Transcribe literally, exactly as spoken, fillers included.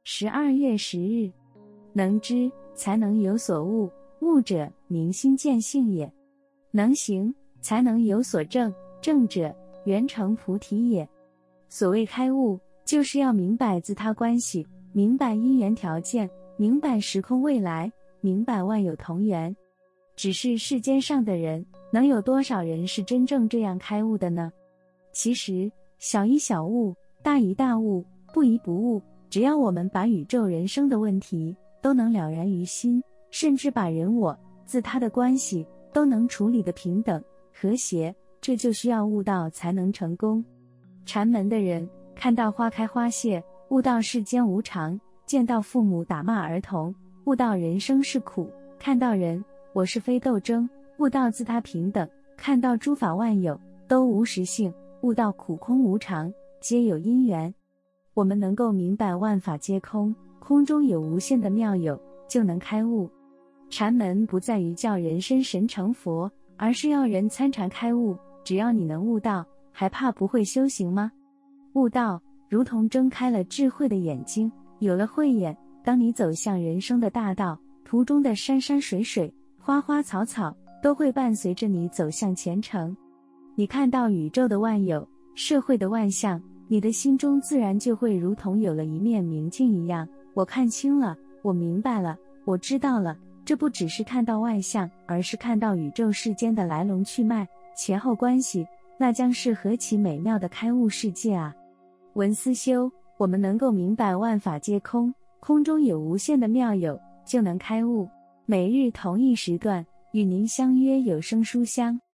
十二月十日，能知才能有所悟，悟者明心见性也；能行才能有所证，证者圆成菩提也。所谓开悟，就是要明白自他关系，明白因缘条件，明白时空未来，明白万有同源。只是世间上的人，能有多少人是真正这样开悟的呢？其实小疑小悟，大疑大悟，不疑不悟，只要我们把宇宙人生的问题都能了然于心，甚至把人我自他的关系都能处理得平等和谐，这就需要悟道才能成功。禅门的人看到花开花谢，悟到世间无常；见到父母打骂儿童，悟到人生是苦；看到人我是非斗争，悟到自他平等；看到诸法万有都无实性，悟到苦空无常，皆有因缘。我们能够明白万法皆空，空中有无限的妙有，就能开悟。禅门不在于叫人身神成佛，而是要人参禅开悟。只要你能悟道，还怕不会修行吗？悟道如同睁开了智慧的眼睛，有了慧眼，当你走向人生的大道，途中的山山水水、花花草草都会伴随着你走向前程。你看到宇宙的万有，社会的万象，你的心中自然就会如同有了一面明镜一样，我看清了，我明白了，我知道了。这不只是看到外象，而是看到宇宙世间的来龙去脉、前后关系，那将是何其美妙的开悟世界啊！闻思修，我们能够明白万法皆空，空中有无限的妙有，就能开悟。每日同一时段，与您相约有声书香。